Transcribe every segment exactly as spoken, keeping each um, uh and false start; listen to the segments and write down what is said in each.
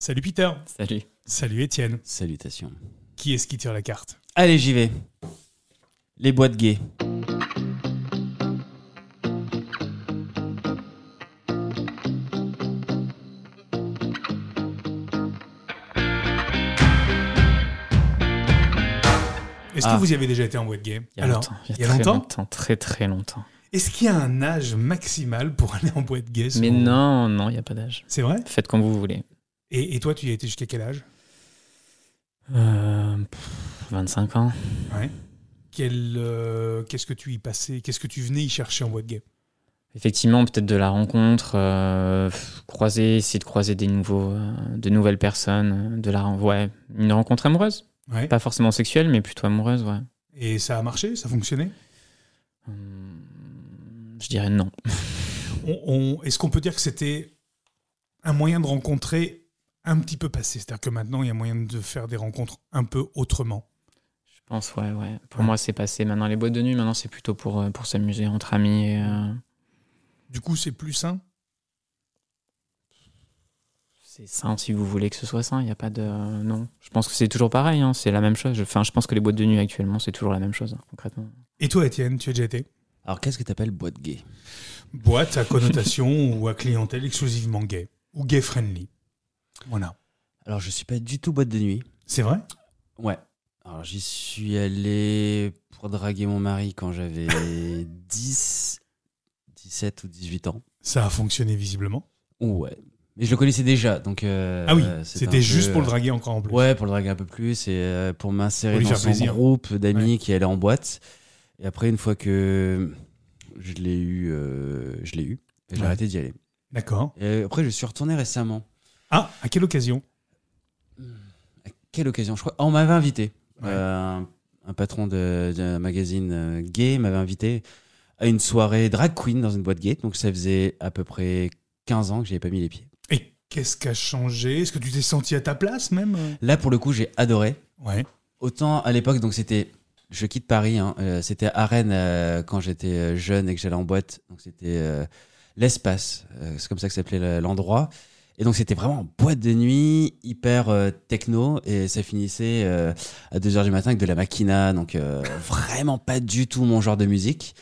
Salut Peter. Salut. Salut Étienne. Salutations. Qui est-ce qui tire la carte? Allez, j'y vais. Les boîtes gays. Est-ce Ah. que vous y avez déjà été en boîte gay? Il y a Alors, longtemps. il y a très longtemps longtemps Très très longtemps. Est-ce qu'il y a un âge maximal pour aller en boîte gay? Mais selon vous? non, non, il n'y a pas d'âge. C'est vrai? Faites comme vous voulez. Et, et toi, tu y as été jusqu'à quel âge? Euh, pff, vingt-cinq ans. Ouais. Quel, euh, qu'est-ce que tu y passais? Qu'est-ce que tu venais y chercher en boîte gay? Effectivement, peut-être de la rencontre, euh, croiser, essayer de croiser des nouveaux, euh, de nouvelles personnes, de la, ouais, une rencontre amoureuse. Ouais. Pas forcément sexuelle, mais plutôt amoureuse, ouais. Et ça a marché? Ça fonctionnait? Hum, je dirais non. on, on- Est-ce qu'on peut dire que c'était un moyen de rencontrer un petit peu passé? C'est-à-dire que maintenant, il y a moyen de faire des rencontres un peu autrement. Je pense, ouais, ouais. Pour Ouais. moi, c'est passé. Maintenant, les boîtes de nuit, maintenant, c'est plutôt pour, euh, pour s'amuser entre amis. Et, euh, Du coup, c'est plus sain? c'est sain si vous voulez que ce soit sain. Il n'y a pas de. euh, non. Je pense que c'est toujours pareil. Hein, c'est la même chose. Je, enfin, je pense que les boîtes de nuit actuellement, c'est toujours la même chose, hein, concrètement. Et toi, Étienne, tu as déjà été? Alors, qu'est-ce que tu appelles boîte gay? Boîte à connotation ou à clientèle exclusivement gay ou gay friendly. Voilà. Alors, je suis pas du tout boîte de nuit. C'est vrai? Ouais. Alors, j'y suis allé pour draguer mon mari quand j'avais dix, dix-sept ou dix-huit ans. Ça a fonctionné visiblement. Ouais. Mais je le connaissais déjà, donc... euh, Ah oui, c'est c'était un juste peu, pour le euh, draguer encore en plus. Ouais, pour le draguer un peu plus et euh, pour m'insérer Pour lui dans faire son plaisir. groupe d'amis Ouais. qui allait en boîte. Et après, une fois que je l'ai eu, euh, je l'ai eu, et j'ai Ouais. arrêté d'y aller. D'accord. Et après, je suis retourné récemment. Ah, à quelle occasion? À quelle occasion? Je crois. Ah, on m'avait invité. Ouais. Euh, un, un patron de- d'un magazine euh, gay m'avait invité à une soirée drag queen dans une boîte gay. Donc, ça faisait à peu près quinze ans que j'y avais pas mis les pieds. Et qu'est-ce qui a changé? Est-ce que tu t'es senti à ta place même? Là, pour le coup, j'ai adoré. Ouais. Autant à l'époque, donc c'était. Je quitte Paris. Hein, euh, c'était à Rennes euh, quand j'étais euh, jeune et que j'allais en boîte. Donc, c'était euh, l'espace. Euh, c'est comme ça que s'appelait le- l'endroit. Et donc, c'était vraiment boîte de nuit, hyper euh, techno. Et ça finissait euh, à deux heures du matin avec de la Makina. Donc, euh, vraiment pas du tout mon genre de musique.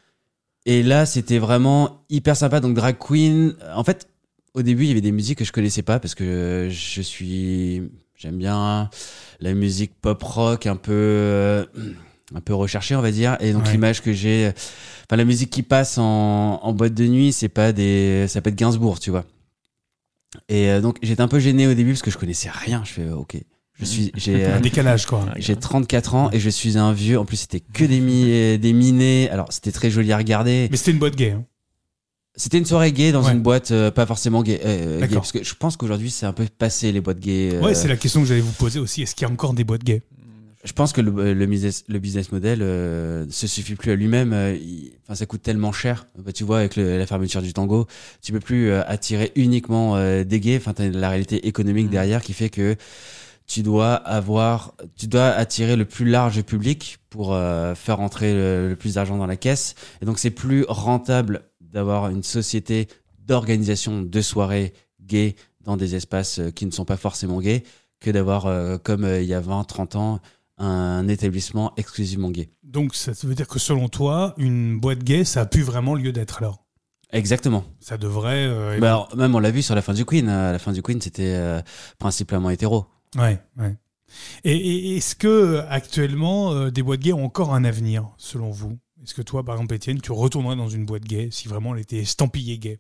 Et là, c'était vraiment hyper sympa. Donc, drag queen. En fait, au début, il y avait des musiques que je connaissais pas parce que je suis. J'aime bien la musique pop rock un peu. euh, un peu recherchée, on va dire. Et donc, Ouais. l'image que j'ai. Enfin, la musique qui passe en, en boîte de nuit, c'est pas des. Ça peut être Gainsbourg, tu vois. Et euh, donc, j'étais un peu gêné au début parce que je connaissais rien. Je fais, euh, ok. Je suis. J'ai. euh, Un décalage, quoi. J'ai trente-quatre ans et je suis un vieux. En plus, c'était que des, mi- des minés. Alors, c'était très joli à regarder. Mais c'était une boîte gay. Hein. C'était une soirée gay dans Ouais. une boîte euh, pas forcément gay, euh, gay. D'accord. Parce que je pense qu'aujourd'hui, c'est un peu passé les boîtes gays. euh, Ouais, c'est la question que j'allais vous poser aussi. Est-ce qu'il y a encore des boîtes gays? Je pense que le, le business, le business model euh, se suffit plus à lui-même. euh, il- Enfin, ça coûte tellement cher. Bah, tu vois, avec le- la fermeture du Tango, tu peux plus euh, attirer uniquement euh, des gays. Enfin, t'as la réalité économique Mhm. derrière qui fait que tu dois avoir, tu dois attirer le plus large public pour euh, faire entrer le, le plus d'argent dans la caisse. Et donc, c'est plus rentable d'avoir une société d'organisation de soirées gays dans des espaces euh, qui ne sont pas forcément gays que d'avoir, euh, comme euh, il y a vingt, trente ans, un établissement exclusivement gay. Donc, ça veut dire que selon toi, une boîte gay, ça a plus vraiment lieu d'être alors? Exactement. Ça devrait... euh, Bah alors, même on l'a vu sur la fin du Queen. À la fin du Queen, c'était euh, principalement hétéro. Ouais, ouais. Et, et est-ce que actuellement euh, des boîtes gays ont encore un avenir, selon vous? Est-ce que toi, par exemple, Étienne, tu retournerais dans une boîte gay si vraiment elle était estampillée gay?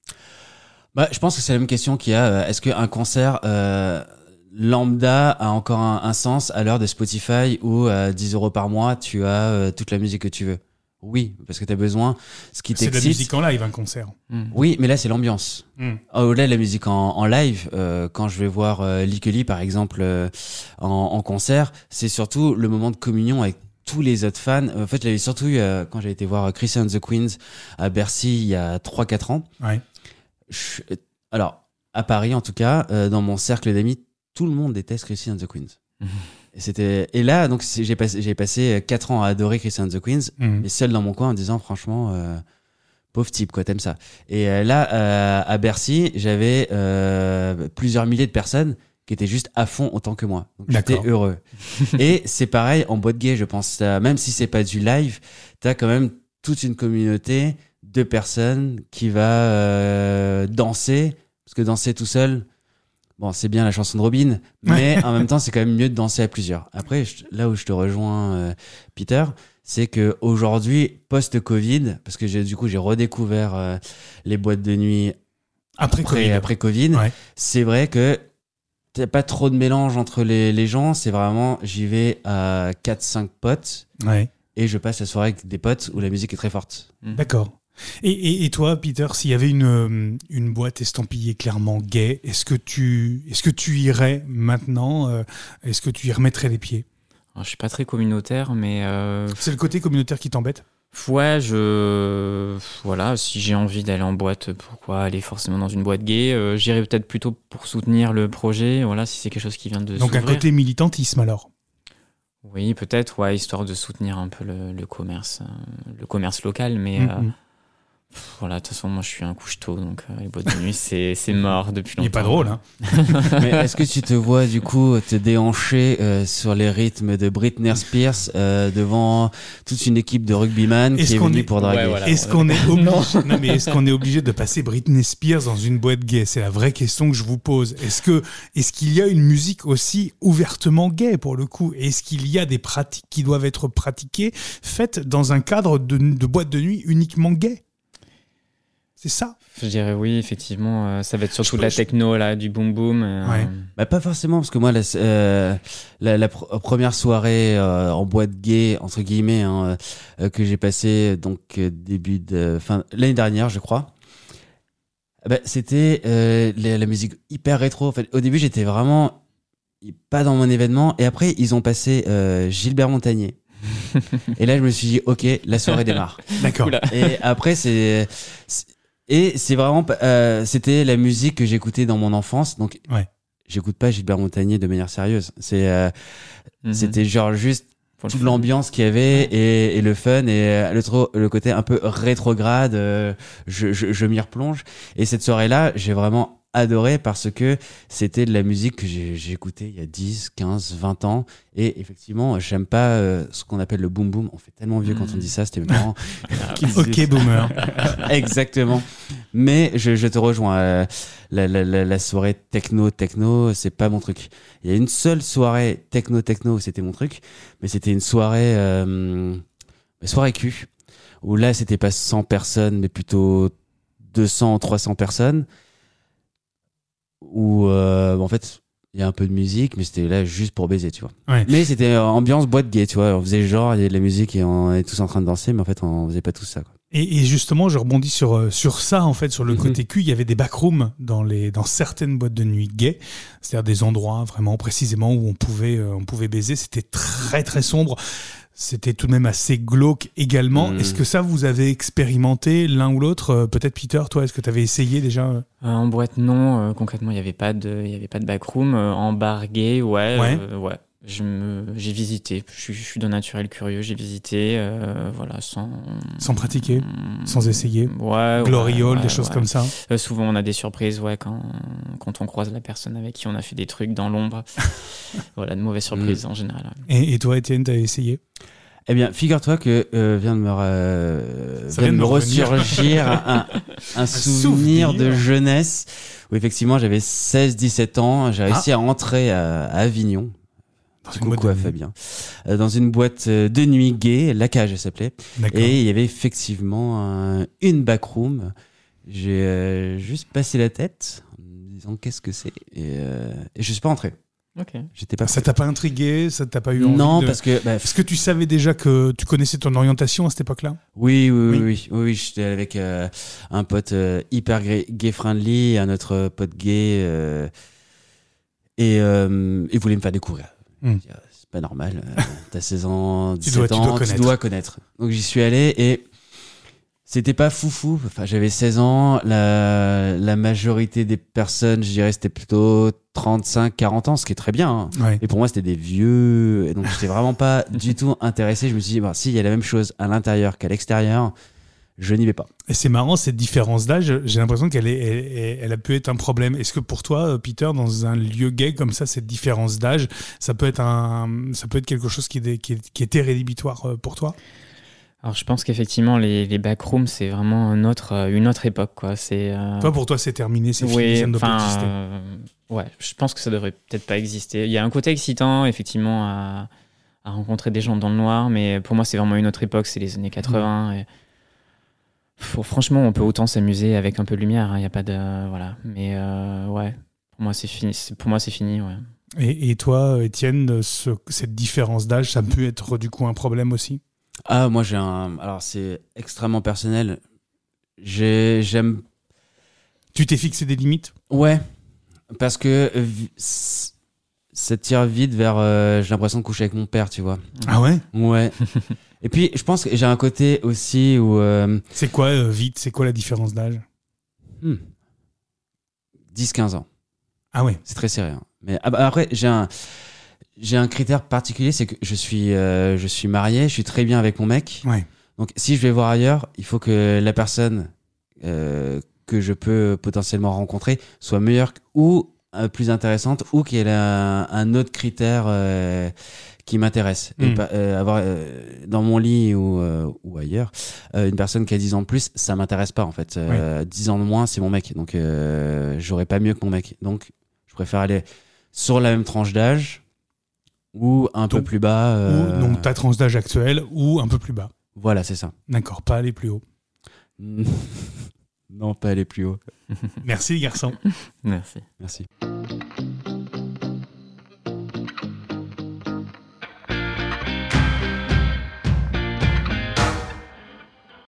Bah, je pense que c'est la même question qu'il y a. euh, Est-ce qu'un concert euh, lambda a encore un, un sens à l'heure de Spotify où à dix euros par mois, tu as euh, toute la musique que tu veux? Oui, parce que tu as besoin. Ce qui C'est de la t'excite. musique en live, un concert. Hmm. Oui, mais là, c'est l'ambiance. Hmm. Au-delà de la musique en, en live, euh, quand je vais voir euh, Likely, par exemple, euh, en, en concert, c'est surtout le moment de communion avec tous les autres fans. En fait, je l'avais surtout eu euh, quand j'ai été voir Chrissy and the Queens à Bercy il y a trois quatre ans. Ouais. Je- alors, à Paris, en tout cas, euh, dans mon cercle d'amis, tout le monde déteste Chrissy and the Queens. Et, c'était... et là, donc, c'est- j'ai passé, j'ai passé quatre ans à adorer Chrissy and the Queens, Hmm. mais seul dans mon coin en disant, franchement, euh, pauvre type, quoi, t'aimes ça. Et euh, là, euh, à Bercy, j'avais euh, plusieurs milliers de personnes qui étaient juste à fond autant que moi. Donc j'étais D'accord. heureux. Et c'est pareil en boîte gay, je pense. Euh, même si c'est pas du live, t'as quand même toute une communauté de personnes qui va euh, danser. Parce que danser tout seul, bon, c'est bien la chanson de Robin, mais en même temps, c'est quand même mieux de danser à plusieurs. Après, je, là où je te rejoins, euh, Peter, c'est que aujourd'hui, post-Covid, parce que j'ai, du coup, j'ai redécouvert euh, les boîtes de nuit Après, après, Covid. après Covid. Ouais. C'est vrai que t'as pas trop de mélange entre les, les gens. C'est vraiment, j'y vais à quatre cinq potes Ouais. et je passe la soirée avec des potes où la musique est très forte. D'accord. Et, et, et toi, Peter, s'il y avait une, euh, une boîte estampillée clairement gay, est-ce que tu, est-ce que tu irais maintenant euh, Est-ce que tu y remettrais les pieds? Alors, je suis pas très communautaire, mais euh, C'est le côté communautaire qui t'embête? ouais, je voilà, si j'ai envie d'aller en boîte, pourquoi aller forcément dans une boîte gay? Euh, J'irai peut-être plutôt pour soutenir le projet. Voilà, si c'est quelque chose qui vient de Donc un s'ouvrir. côté militantisme alors? Oui, peut-être, ouais, histoire de soutenir un peu le, le commerce, euh, le commerce local, mais Mm, euh, mm. pff, voilà, de toute façon, moi, je suis un couche-tôt, donc euh, les boîtes de nuit, c'est c'est mort depuis Il longtemps. est pas drôle, hein? Mais est-ce que tu te vois du coup te déhancher euh, sur les rythmes de Britney Spears euh, devant toute une équipe de rugbyman Est-ce qui est qu'on venue est- pour draguer? Ouais, voilà. Est-ce qu'on est obligé non, mais est-ce qu'on est obligé de passer Britney Spears dans une boîte gay? C'est la vraie question que je vous pose. Est-ce que est-ce qu'il y a une musique aussi ouvertement gay pour le coup? Est-ce qu'il y a des pratiques qui doivent être pratiquées faites dans un cadre de, de boîte de nuit uniquement gay? C'est ça? Je dirais oui, effectivement, euh, ça va être surtout Je- de la je- techno, là, du boom boom. euh, Ouais. Bah pas forcément parce que moi la, euh, la, la pr- première soirée euh, en boîte gay entre guillemets hein, euh, que j'ai passé donc euh, début de fin l'année dernière je crois. Bah, c'était euh, la, la musique hyper rétro. En fait, au début j'étais vraiment pas dans mon événement et après ils ont passé euh, Gilbert Montagnier. Et là je me suis dit ok la soirée démarre. D'accord. Oula. Et après, c'est, c'est- et c'est vraiment, euh, c'était la musique que j'écoutais dans mon enfance. Donc, Ouais. j'écoute pas Gilbert Montagnier de manière sérieuse. C'est, euh, mhm. c'était genre juste Pour le toute fun. l'ambiance qu'il y avait et, et le fun et euh, le, trop, le côté un peu rétrograde. euh, je, je, je m'y replonge. Et cette soirée-là, j'ai vraiment adoré parce que c'était de la musique que j'ai, j'ai écoutée il y a dix, quinze, vingt ans. Et effectivement, j'aime pas euh, ce qu'on appelle le boom boom. On fait tellement vieux quand on dit ça, c'était mes parents. qui disaient Ok, boomer. Exactement. Mais je, je te rejoins. euh, La, la, la, la soirée techno techno, c'est pas mon truc. Il y a une seule soirée techno techno où c'était mon truc, mais c'était une soirée euh, soirée cul où là c'était pas cent personnes, mais plutôt deux cents, trois cents personnes. Où euh, en fait il y a un peu de musique, mais c'était là juste pour baiser, tu vois. Ouais. Mais c'était euh, ambiance boîte gay, tu vois. On faisait genre il y avait de la musique et on était tous en train de danser, mais en fait on faisait pas tout ça, quoi. Et, et justement, je rebondis sur, euh, sur ça, en fait, sur le Mhm. côté cul. Il y avait des backrooms dans, les, dans certaines boîtes de nuit gays, c'est-à-dire des endroits vraiment précisément où on pouvait, euh, on pouvait baiser. C'était très, très sombre. C'était tout de même assez glauque également. Mhm. Est-ce que ça, vous avez expérimenté l'un ou l'autre? Euh, Peut-être Peter, toi, est-ce que tu avais essayé déjà? Euh, en boîte, non. Euh, concrètement, il n'y avait pas de, il y avait pas de backroom. Euh, en bar gay, ouais, Ouais. euh, ouais. Je me, j'ai visité. Je suis, je suis d'un naturel curieux. J'ai visité, euh, voilà, sans, Sans pratiquer, sans essayer. Ouais. Glory ouais, Hall, ouais, des choses ouais. comme ça. Euh, souvent, on a des surprises, ouais, quand, quand on croise la personne avec qui on a fait des trucs dans l'ombre. Voilà, de mauvaises surprises en général. ouais. Et, et toi, Étienne, t'as essayé? Eh bien, figure-toi que euh, vient de me, euh, Ça vient de vient de me me revenir. ressurgir un, un souvenir, souvenir. de jeunesse où effectivement j'avais seize dix-sept ans, j'ai réussi à rentrer à, à Avignon. Dans une boîte Coucou de à nuit. Fabien. Euh, dans une boîte euh, de nuit gay, La Cage elle s'appelait. D'accord. Et il y avait effectivement un- une backroom. J'ai euh, juste passé la tête en me disant qu'est-ce que c'est et, euh, et je suis pas entré. Ok. J'étais pas Ça t'a pas intrigué? Ça t'a pas eu envie Non, de... parce que bah, Est-ce que tu savais déjà que tu connaissais ton orientation à cette époque-là? Oui, oui, Oui. oui, oui, oui, oui, j'étais avec euh, un pote euh, hyper gay, gay friendly, un autre pote gay, euh, et euh, il voulait me faire découvrir. Hmm. Je dis, ah, c'est pas normal, euh, t'as seize ans, Tu dois- dix-sept tu dois ans, tu connaître. dois connaître. Donc j'y suis allé et c'était pas foufou. Enfin, j'avais seize ans, la, la majorité des personnes, je dirais, c'était plutôt trente-cinq, quarante ans, ce qui est très bien. Hein. Ouais. Et pour moi, c'était des vieux. Et donc, j'étais vraiment pas du tout intéressé. Je me suis dit, bah, si, il y a la même chose à l'intérieur qu'à l'extérieur. je n'y vais pas. Et c'est marrant, cette différence d'âge, j'ai l'impression qu'elle est, elle, elle a pu être un problème. Est-ce que pour toi, Peter, dans un lieu gay comme ça, cette différence d'âge, ça peut être, un, ça peut être quelque chose qui est, qui est, qui est rédhibitoire pour toi ? Alors je pense qu'effectivement, les, les backrooms, c'est vraiment un autre, une autre époque, quoi. C'est, euh... Toi, pour toi, c'est terminé, c'est oui, fini, ça ne doit pas exister. Euh, ouais, je pense que ça devrait peut-être pas exister. Il y a un côté excitant, effectivement, à, à rencontrer des gens dans le noir, mais pour moi, c'est vraiment une autre époque, c'est les années quatre-vingts. Mmh. Et... Faut, franchement, on peut autant s'amuser avec un peu de lumière, il hein, n'y a pas de... Voilà. Mais euh, ouais, pour moi, c'est fini. Pour moi, c'est fini, ouais. Et, et toi, Étienne, ce, cette différence d'âge, ça peut être du coup un problème aussi ? Ah, moi, j'ai un... Alors, c'est extrêmement personnel. J'ai... J'aime... Tu t'es fixé des limites ? Ouais, parce que euh, ça tire vite vers... Euh, j'ai l'impression de coucher avec mon père, tu vois. Ah ouais ? Ouais. Et puis, je pense que j'ai un côté aussi où... Euh... C'est quoi, euh, vite ? C'est quoi la différence d'âge ? hmm. dix à quinze ans. Ah ouais. C'est très sérieux. Mais ah bah, après, j'ai un... J'ai un critère particulier, c'est que je suis, euh, je suis marié, je suis très bien avec mon mec. Ouais. Donc, si je vais voir ailleurs, il faut que la personne euh, que je peux potentiellement rencontrer soit meilleure ou euh, plus intéressante ou qu'elle ait un, un autre critère euh, qui m'intéresse. Mm. Et pas, euh, avoir euh, dans mon lit ou, euh, ou ailleurs euh, une personne qui a dix ans de plus, ça m'intéresse pas en fait. Euh, ouais. dix ans de moins, c'est mon mec. Donc, euh, j'aurais pas mieux que mon mec. Donc, je préfère aller sur la même tranche d'âge. Ou un donc, peu plus bas. Euh... Ou donc ta tranche d'âge actuelle, ou un peu plus bas. Voilà, c'est ça. D'accord, pas aller plus haut. Non, pas aller plus haut. Merci les garçons. Merci. Merci.